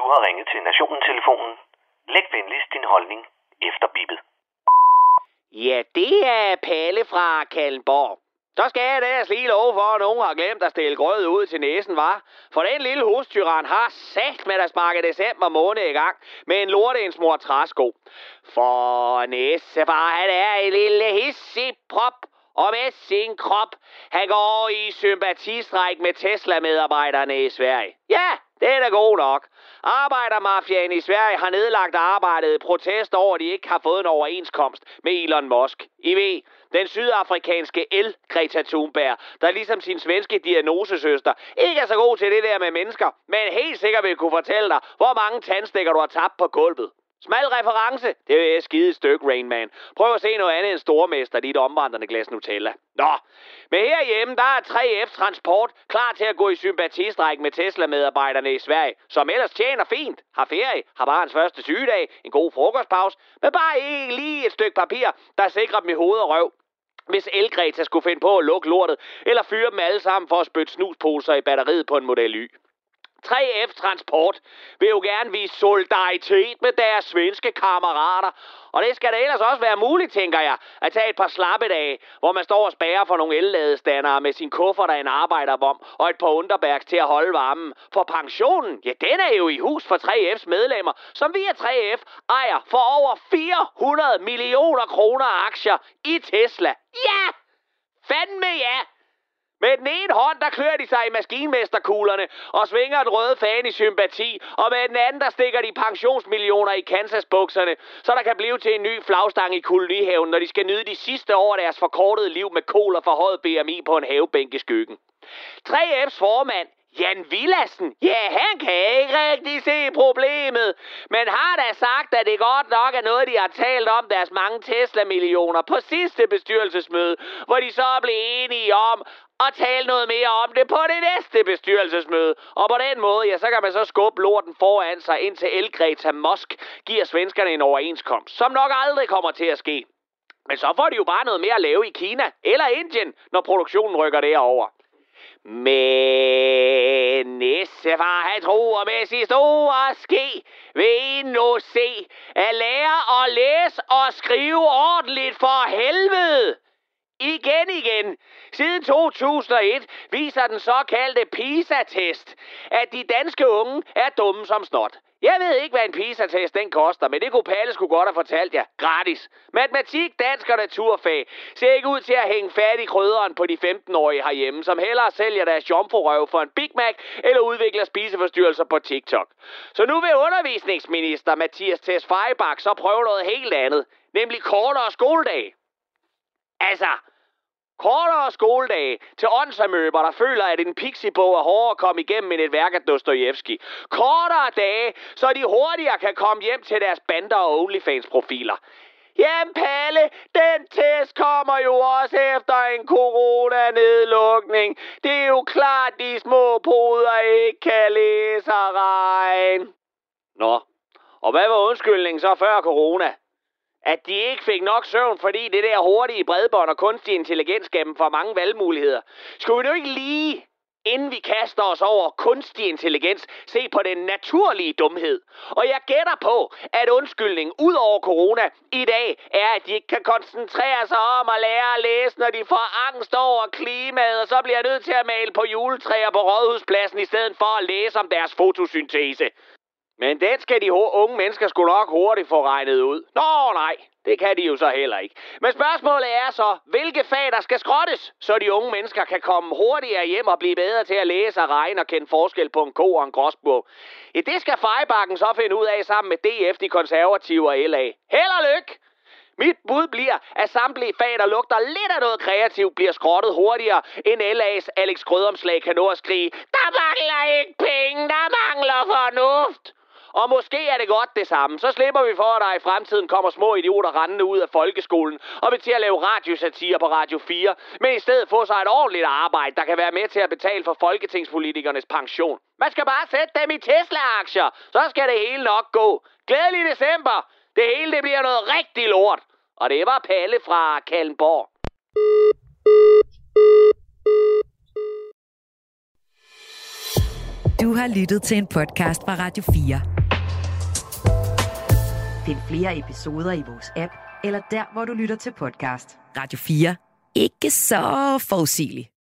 har ringet til Nationen-telefonen. Læg venligst din holdning efter bippet. Ja, det er Palle fra Kallenborg. Så skal jeg ellers lige love for, at nogen har glemt at stille grød ud til næsen, var. For den lille hustyran har sagt med at sparke december måned i gang med en lorteinsmor træsko. For næsefar, han er en lille hissigprop og med sin krop. Han går i sympatistræk med Tesla-medarbejderne i Sverige. Ja, det er da god nok. Arbejdermafiaen i Sverige har nedlagt arbejdet i protest over, at de ikke har fået en overenskomst med Elon Musk. I ved, den sydafrikanske Greta Thunberg, der ligesom sin svenske diagnosesøster ikke er så god til det der med mennesker, men helt sikkert vil kunne fortælle dig, hvor mange tandstikker du har tabt på gulvet. Smal reference, det vil jeg skide et stykke, Rain Man. Prøv at se noget andet end stormester, dit omvandrende glas Nutella. Nå, men herhjemme, der er 3F Transport klar til at gå i sympatistræk med Tesla-medarbejderne i Sverige, som ellers tjener fint, har ferie, har barns første sygedag, en god frokostpause, men bare ikke lige et stykke papir, der sikrer dem i hoved og røv. Hvis Greta skulle finde på at lukke lortet, eller fyre dem alle sammen for at spytte snusposer i batteriet på en Model Y. 3F Transport vil jo gerne vise solidaritet med deres svenske kammerater. Og det skal da ellers også være muligt, tænker jeg, at tage et par slappedage, hvor man står og spærrer for nogle elladestandere med sin kuffert af en arbejdervom og et par underbærks til at holde varmen. For pensionen, ja, den er jo i hus for 3F's medlemmer, som via 3F ejer for over 400 millioner kroner aktier i Tesla. Ja! Fandme ja! Med den ene hånd, der klør de sig i maskinmesterkuglerne og svinger den røde fan i sympati, og med den anden, der stikker de pensionsmillioner i Kansas-bukserne, så der kan blive til en ny flagstang i kolonihaven, når de skal nyde de sidste år af deres forkortede liv med kål og forhøjet BMI på en havebænk i skyggen. 3F's formand, Jan Villassen, ja, han kan ikke rigtig se problemet, men har da sagt, at det godt nok er noget, de har talt om deres mange Tesla-millioner på sidste bestyrelsesmøde, hvor de så blev enige om at tale noget mere om det på det næste bestyrelsesmøde. Og på den måde, ja, så kan man så skubbe lorten foran sig, indtil Greta Musk giver svenskerne en overenskomst, som nok aldrig kommer til at ske. Men så får de jo bare noget mere at lave i Kina eller Indien, når produktionen rykker derover. Men næstefar, han tror med sin store ske, vil I nu se at lære at læse og skrive ordentligt for helvede. Igen. Siden 2001 viser den såkaldte PISA-test, at de danske unge er dumme som snot. Jeg ved ikke, hvad en PISA-test den koster, men det kunne Palle sgu godt have fortalt jer. Gratis. Matematik, dansk og naturfag ser ikke ud til at hænge fat i krydderen på de 15-årige herhjemme, som hellere sælger deres jomfrurøv for en Big Mac eller udvikler spiseforstyrrelser på TikTok. Så nu vil undervisningsminister Mathias Tesfaye så prøve noget helt andet, nemlig kortere skoledage. Altså, kortere skoledage til åndsamøber, der føler, at en pixiebog er hårdere at komme igennem end et værk af Dostojevski. Kortere dage, så de hurtigere kan komme hjem til deres bander og OnlyFans-profiler. Jamen Palle, den test kommer jo også efter en coronanedlukning. Det er jo klart, de små poder ikke kan læse og regne. Nå, og hvad var undskyldningen så før corona? At de ikke fik nok søvn, fordi det der hurtige bredbånd og kunstig intelligens gav dem for mange valgmuligheder. Skulle vi nu ikke lige, inden vi kaster os over kunstig intelligens, se på den naturlige dumhed? Og jeg gætter på, at undskyldningen ud over corona i dag er, at de ikke kan koncentrere sig om at lære at læse, når de får angst over klimaet, og så bliver nødt til at male på juletræer på Rådhuspladsen i stedet for at læse om deres fotosyntese. Men den skal de unge mennesker sgu nok hurtigt få regnet ud. Nå nej, det kan de jo så heller ikke. Men spørgsmålet er så, hvilke fag der skal skrottes, så de unge mennesker kan komme hurtigere hjem og blive bedre til at læse og regne og kende forskel på en ko og en gråsbog. Ja, det skal Fejebakken så finde ud af sammen med DF, de konservative og LA. Held og lykke! Mit bud bliver, at samtlige fag, der lugter lidt af noget kreativt, bliver skrottet hurtigere, end LA's Alex Grødomslag kan nå at skrige, der mangler ikke penge, der mangler fornuft. Og måske er det godt det samme. Så slipper vi for, at der i fremtiden kommer små idioter rendende ud af folkeskolen og vil til at lave radiosatire på Radio 4, men i stedet få sig et ordentligt arbejde, der kan være med til at betale for folketingspolitikernes pension. Man skal bare sætte dem i Tesla-aktier, så skal det hele nok gå. Glædelig december! Det hele det bliver noget rigtig lort. Og det var Palle fra Kallenborg. Du har lyttet til en podcast fra Radio 4. Find flere episoder i vores app, eller der, hvor du lytter til podcast. Radio 4. Ikke så forudsigeligt.